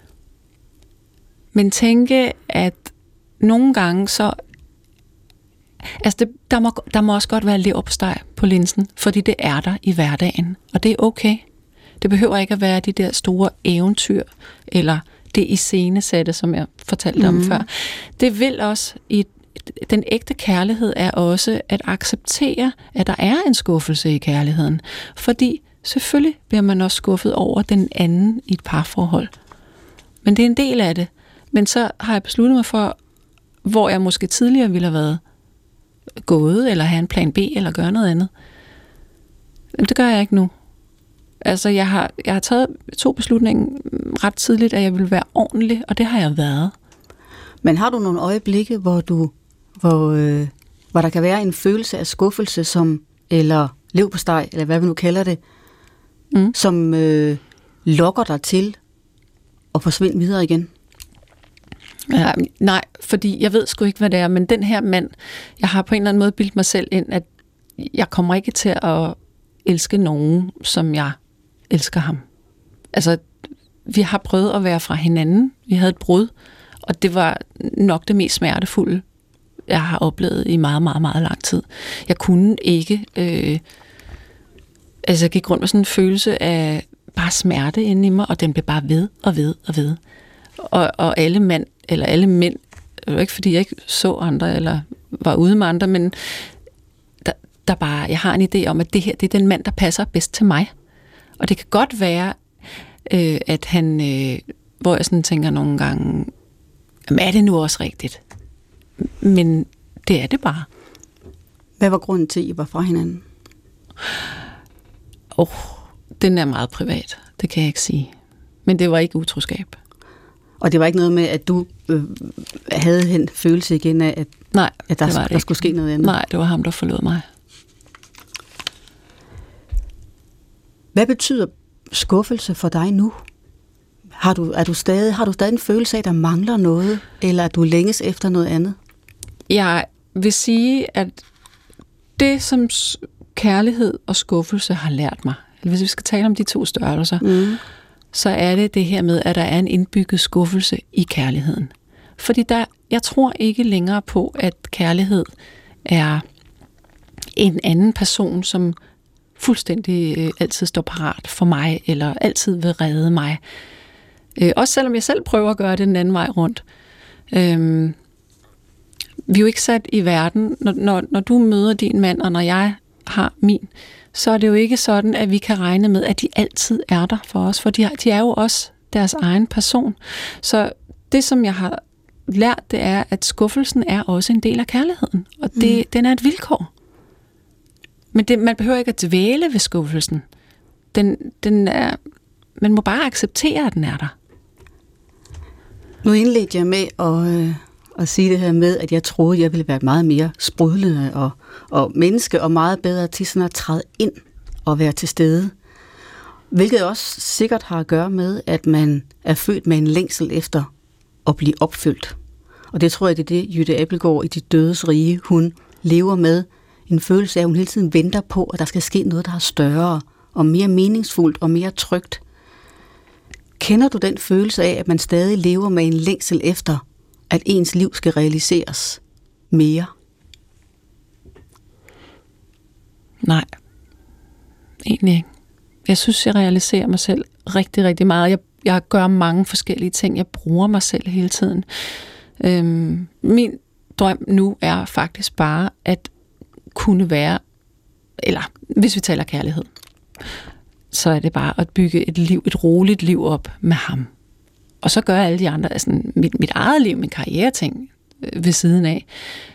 tænke, at nogle gange så... Altså, der må også godt være leverpostej på linsen, fordi det er der i hverdagen. Og det er okay. Det behøver ikke at være de der store eventyr, eller det iscenesatte, som jeg fortalte om før. Det vil også den ægte kærlighed er også at acceptere, at der er en skuffelse i kærligheden. Fordi selvfølgelig bliver man også skuffet over den anden i et parforhold. Men det er en del af det. Men så har jeg besluttet mig for, hvor jeg måske tidligere ville have været gået, eller have en plan B, eller gøre noget andet. Men det gør jeg ikke nu. Altså, jeg har taget 2 beslutninger ret tidligt, at jeg ville være ordentlig, og det har jeg været. Men har du nogle øjeblikke, hvor der kan være en følelse af skuffelse, eller leverpostej, eller hvad vi nu kalder det, som lokker dig til at forsvinde videre igen? Ja, nej, fordi jeg ved sgu ikke, hvad det er, men den her mand, jeg har på en eller anden måde bildt mig selv ind, at jeg kommer ikke til at elske nogen, som jeg elsker ham. Altså, vi har prøvet at være fra hinanden, vi havde et brud, og det var nok det mest smertefulde, jeg har oplevet i meget, meget, meget lang tid. Jeg kunne ikke, jeg gik rundt med sådan en følelse af bare smerte inde i mig, og den blev bare ved og ved og ved. Og alle mænd, det var ikke fordi jeg ikke så andre, eller var ude med andre, men jeg har en idé om, at det her, det er den mand, der passer bedst til mig. Og det kan godt være, at han, hvor jeg sådan tænker nogle gange, jamen er det nu også rigtigt? Men det er det bare. Hvad var grunden til, at I var fra hinanden? Den er meget privat. Det kan jeg ikke sige. Men det var ikke utroskab. Og det var ikke noget med, at du havde en følelse igen af, at der skulle ske noget andet? Nej, det var ham, der forlod mig. Hvad betyder skuffelse for dig nu? Har du stadig en følelse af, at der mangler noget, eller at du længes efter noget andet? Jeg vil sige, at det, som kærlighed og skuffelse har lært mig, hvis vi skal tale om de 2 størrelser, så er det her med, at der er en indbygget skuffelse i kærligheden. Fordi jeg tror ikke længere på, at kærlighed er en anden person, som fuldstændig altid står parat for mig, eller altid vil redde mig. Også selvom jeg selv prøver at gøre det den anden vej rundt. Vi er jo ikke sat i verden, når du møder din mand, og når jeg har min, så er det jo ikke sådan, at vi kan regne med, at de altid er der for os, for de er jo også deres egen person. Så det, som jeg har lært, det er, at skuffelsen er også en del af kærligheden. Og den er et vilkår. Men man behøver ikke at dvæle ved skuffelsen. Man må bare acceptere, at den er der. Nu indledte jeg med at sige det her med, at jeg troede, jeg ville være meget mere sprudlende og menneske, og meget bedre til sådan at træde ind og være til stede. Hvilket også sikkert har at gøre med, at man er født med en længsel efter at blive opfyldt. Og det tror jeg, det er det, Jytte Abildgaard i De Dødes Rige, hun lever med. En følelse af, at hun hele tiden venter på, at der skal ske noget, der er større og mere meningsfuldt og mere trygt. Kender du den følelse af, at man stadig lever med en længsel efter, at ens liv skal realiseres mere? Nej, egentlig ikke. Jeg synes, jeg realiserer mig selv rigtig, rigtig meget. Jeg gør mange forskellige ting. Jeg bruger mig selv hele tiden. Min drøm nu er faktisk bare at kunne være, eller hvis vi taler kærlighed, så er det bare at bygge et roligt liv op med ham. Og så gør alle de andre, altså mit eget liv, min karriereting ved siden af.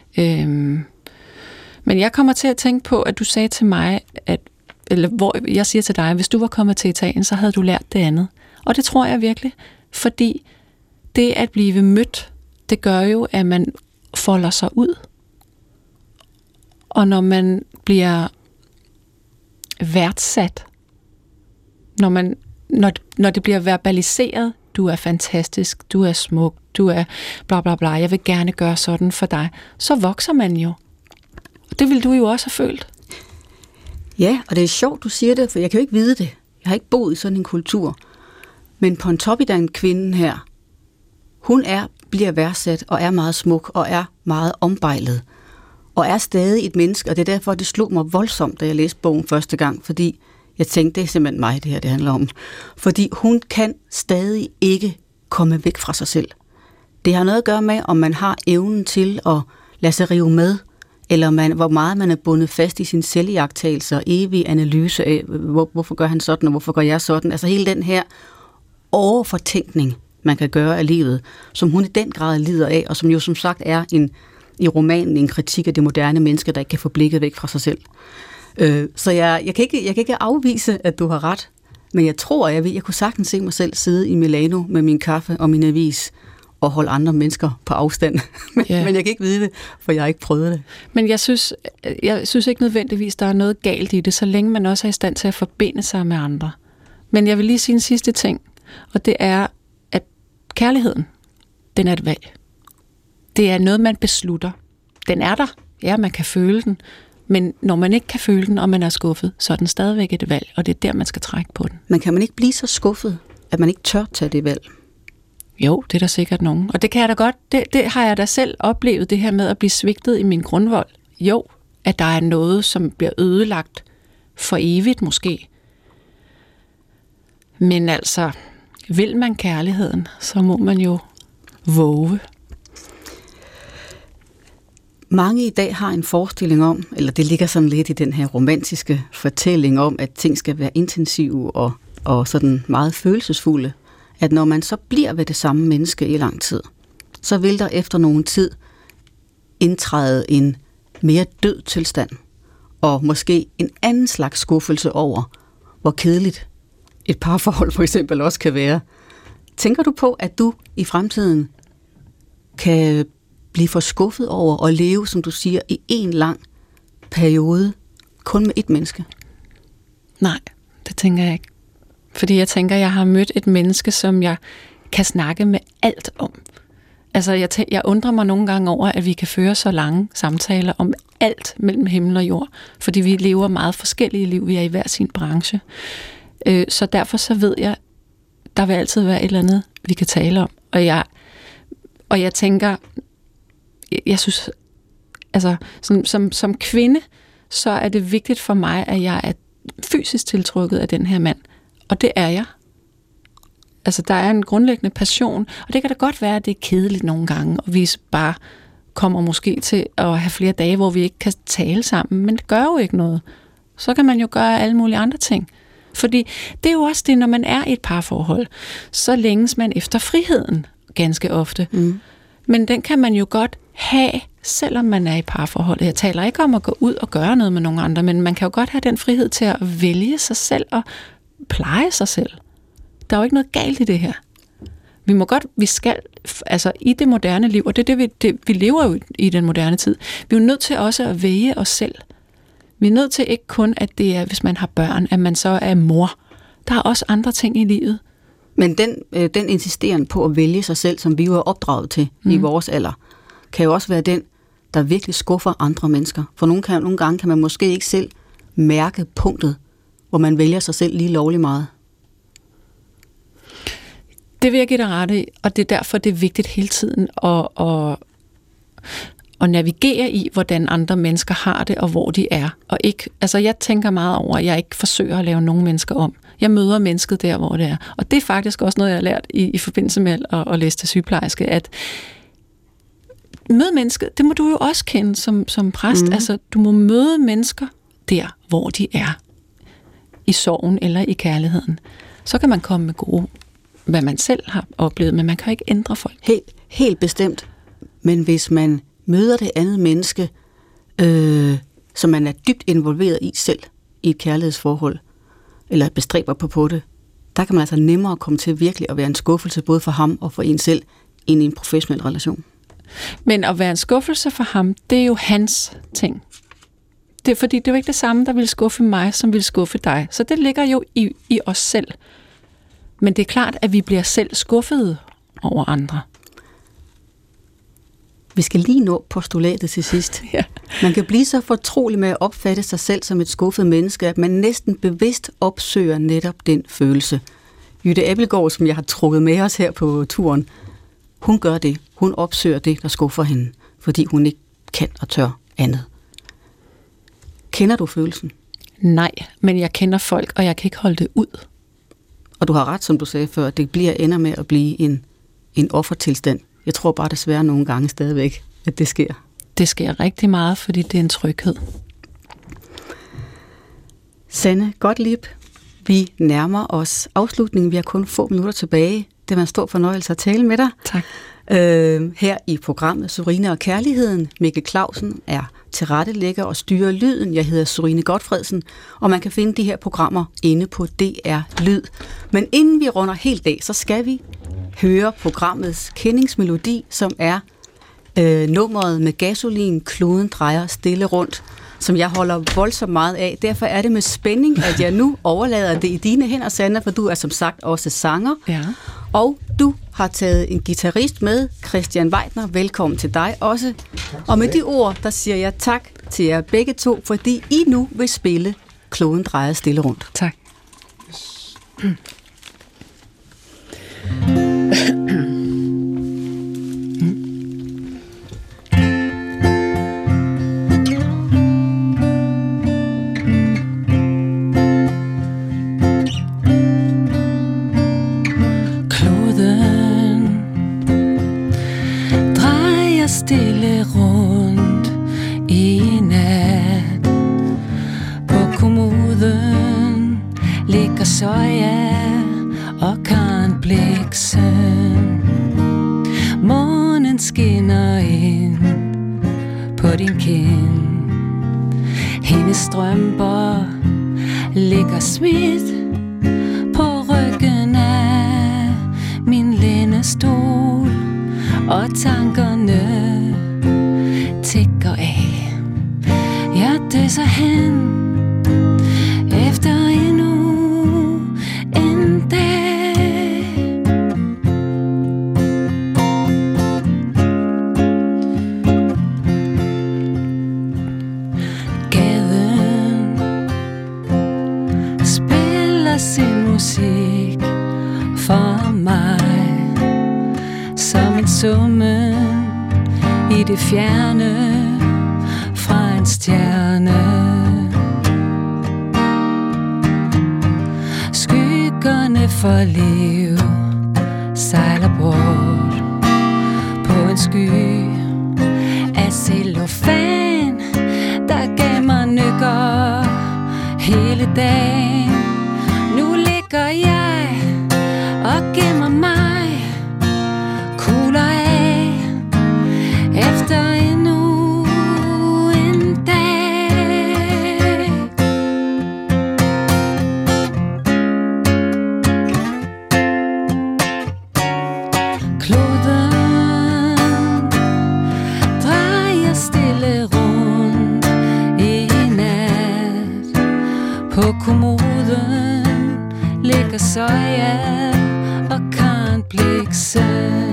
Men jeg kommer til at tænke på, at du sagde til mig, eller hvor jeg siger til dig, hvis du var kommet til Italien, så havde du lært det andet. Og det tror jeg virkelig, fordi det at blive mødt, det gør jo, at man folder sig ud. Og når man bliver værdsat, når det bliver verbaliseret, du er fantastisk, du er smuk, du er bla bla bla, jeg vil gerne gøre sådan for dig, så vokser man jo. Og det vil du jo også have følt. Ja, og det er sjovt, du siger det, for jeg kan jo ikke vide det. Jeg har ikke boet i sådan en kultur. Men Pontoppidan, kvinden her, hun bliver værdsat og er meget smuk og er meget ombejlet. Og er stadig et menneske, og det er derfor, det slog mig voldsomt, da jeg læste bogen første gang, fordi jeg tænkte, det er simpelthen mig, det her det handler om. Fordi hun kan stadig ikke komme væk fra sig selv. Det har noget at gøre med, om man har evnen til at lade sig rive med, eller hvor meget man er bundet fast i sin selvjagttagelse og evig analyse af, hvorfor gør han sådan, og hvorfor gør jeg sådan. Altså hele den her overfortænkning, man kan gøre af livet, som hun i den grad lider af, og som jo som sagt er i romanen en kritik af det moderne menneske, der ikke kan få blikket væk fra sig selv. Så jeg kan ikke afvise, at du har ret, men jeg tror, jeg kunne sagtens se mig selv sidde i Milano med min kaffe og min avis og holde andre mennesker på afstand. Men jeg kan ikke vide det, for jeg har ikke prøvet det. Men jeg synes ikke nødvendigvis, der er noget galt i det, så længe man også er i stand til at forbinde sig med andre. Men jeg vil lige sige en sidste ting, og det er, at kærligheden, den er et valg. Det er noget, man beslutter. Den er der. Ja, man kan føle den. Men når man ikke kan føle den, og man er skuffet, så er den stadigvæk et valg, og det er der, man skal trække på den. Men kan man ikke blive så skuffet, at man ikke tør tage det valg? Jo, det er der sikkert nogen. Og det kan jeg da godt. Det har jeg da selv oplevet, det her med at blive svigtet i min grundvold. Jo, at der er noget, som bliver ødelagt for evigt måske. Men altså, vil man kærligheden, så må man jo våge. Mange i dag har en forestilling om, eller det ligger sådan lidt i den her romantiske fortælling om, at ting skal være intensive og sådan meget følelsesfulde, at når man så bliver ved det samme menneske i lang tid, så vil der efter nogen tid indtræde en mere død tilstand, og måske en anden slags skuffelse over, hvor kedeligt et parforhold for eksempel også kan være. Tænker du på, at du i fremtiden kan blive for skuffet over at leve, som du siger, i en lang periode, kun med et menneske? Nej, det tænker jeg ikke. Fordi jeg tænker, jeg har mødt et menneske, som jeg kan snakke med alt om. Altså, jeg undrer mig nogle gange over, at vi kan føre så lange samtaler om alt mellem himmel og jord. Fordi vi lever meget forskellige liv. Vi er i hver sin branche. Så derfor så ved jeg, der vil altid være et eller andet, vi kan tale om. Og jeg tænker, jeg synes, altså, som kvinde, så er det vigtigt for mig, at jeg er fysisk tiltrukket af den her mand. Og det er jeg. Altså, der er en grundlæggende passion, og det kan da godt være, at det er kedeligt nogle gange, og vi bare kommer måske til at have flere dage, hvor vi ikke kan tale sammen, men det gør jo ikke noget. Så kan man jo gøre alle mulige andre ting. Fordi det er jo også det, når man er i et parforhold, så længes man efter friheden. ganske ofte. Men den kan man jo godt have, selvom man er i parforhold. Jeg taler ikke om at gå ud og gøre noget med nogle andre, men man kan jo godt have den frihed til at vælge sig selv og pleje sig selv. Der er jo ikke noget galt i det her. Vi skal, altså i det moderne liv, og det er vi lever jo i den moderne tid, vi er jo nødt til også at vælge os selv. Vi er nødt til ikke kun, at det er, hvis man har børn, at man så er mor. Der er også andre ting i livet. Men den insisteren på at vælge sig selv, som vi jo er opdraget til i vores alder, kan jo også være den, der virkelig skuffer andre mennesker. For nogle gange kan man måske ikke selv mærke punktet, hvor man vælger sig selv lige lovlig meget. Det vil jeg give dig ret i, og det er derfor, det er vigtigt hele tiden at navigere i, hvordan andre mennesker har det, og hvor de er. Og ikke, altså jeg tænker meget over, at jeg ikke forsøger at lave nogle mennesker om. Jeg møder mennesket der, hvor det er. Og det er faktisk også noget, jeg har lært i forbindelse med at læse til sygeplejerske, at møde mennesket, det må du jo også kende som præst. Altså, du må møde mennesker der, hvor de er. I sorgen eller i kærligheden. Så kan man komme med gode, hvad man selv har oplevet, men man kan ikke ændre folk. Helt bestemt. Men hvis man møder det andet menneske, som man er dybt involveret i selv, i et kærlighedsforhold, eller bestræber på det, der kan man altså nemmere komme til virkelig at være en skuffelse, både for ham og for en selv, end i en professionel relation. Men at være en skuffelse for ham, det er jo hans ting. Det er fordi, det er jo ikke det samme, der vil skuffe mig, som vil skuffe dig. Så det ligger jo i os selv. Men det er klart, at vi bliver selv skuffede over andre. Vi skal lige nå postulatet til sidst. Ja. Man kan blive så fortrolig med at opfatte sig selv som et skuffet menneske, at man næsten bevidst opsøger netop den følelse. Jytte Abildgaard, som jeg har trukket med os her på turen, hun gør det. Hun opsøger det, der skuffer hende, fordi hun ikke kan og tør andet. Kender du følelsen? Nej, men jeg kender folk, og jeg kan ikke holde det ud. Og du har ret, som du sagde før, at det ender med at blive en offertilstand. Jeg tror bare desværre nogle gange stadigvæk, at det sker. Det sker rigtig meget, fordi det er en tryghed. Sanne Gottlieb, vi nærmer os afslutningen. Vi har kun få minutter tilbage. Det var en stor fornøjelse at tale med dig. Tak. Her i programmet Sørine og Kærligheden. Mikkel Clausen er tilrettelægger og styrer lyden. Jeg hedder Sørine Gotfredsen, og man kan finde de her programmer inde på DR Lyd. Men inden vi runder helt af, så skal vi høre programmets kendingsmelodi, som er nummeret med Gasolin, kloden drejer stille rundt, som jeg holder voldsomt meget af. Derfor er det med spænding, at jeg nu overlader det i dine hænder, Sanna, for du er som sagt også sanger. Ja. Og du har taget en guitarist med, Christian Weidner. Velkommen til dig også. Og med de ord, der siger jeg tak til jer begge to, fordi I nu vil spille Kloden drejer stille rundt. Tak. Stille rundt i nat. På kommoden ligger soja og Karen Blixen. Månen skinner ind på din kind. Hendes strømper ligger smidt på ryggen af min lænestol. Og tankerne tikker af. Jeg døser hen efter endnu en dag. Gaden spiller sin musik for mig. Som en summen i det fjerne fra en stjerne. Skyggerne for liv sejler bort på en sky af cellofan, der gemmer nykker hele dagen. Nu ligger jeg og gemmer mig. dyrker soja og kornbliksen.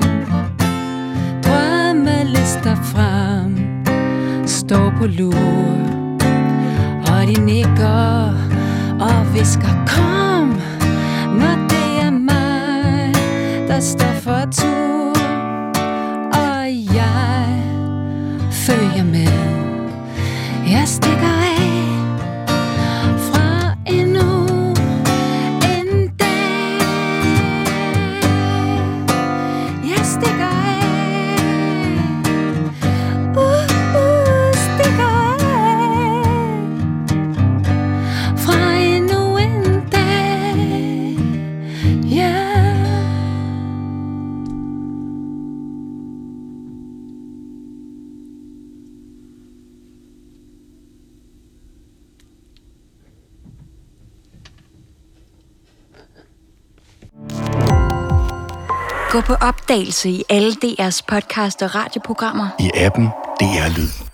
Drømmelister frem, står på lur, og de nikker og visker, kom, når det er mig, der står for tur, og jeg følger med. Jeg stikker af fra endnu en dag. Jeg stikker af, stikker af fra endnu en dag. Ja. Gå på opdagelse i alle DR's podcast og radioprogrammer. I appen DR Lyd.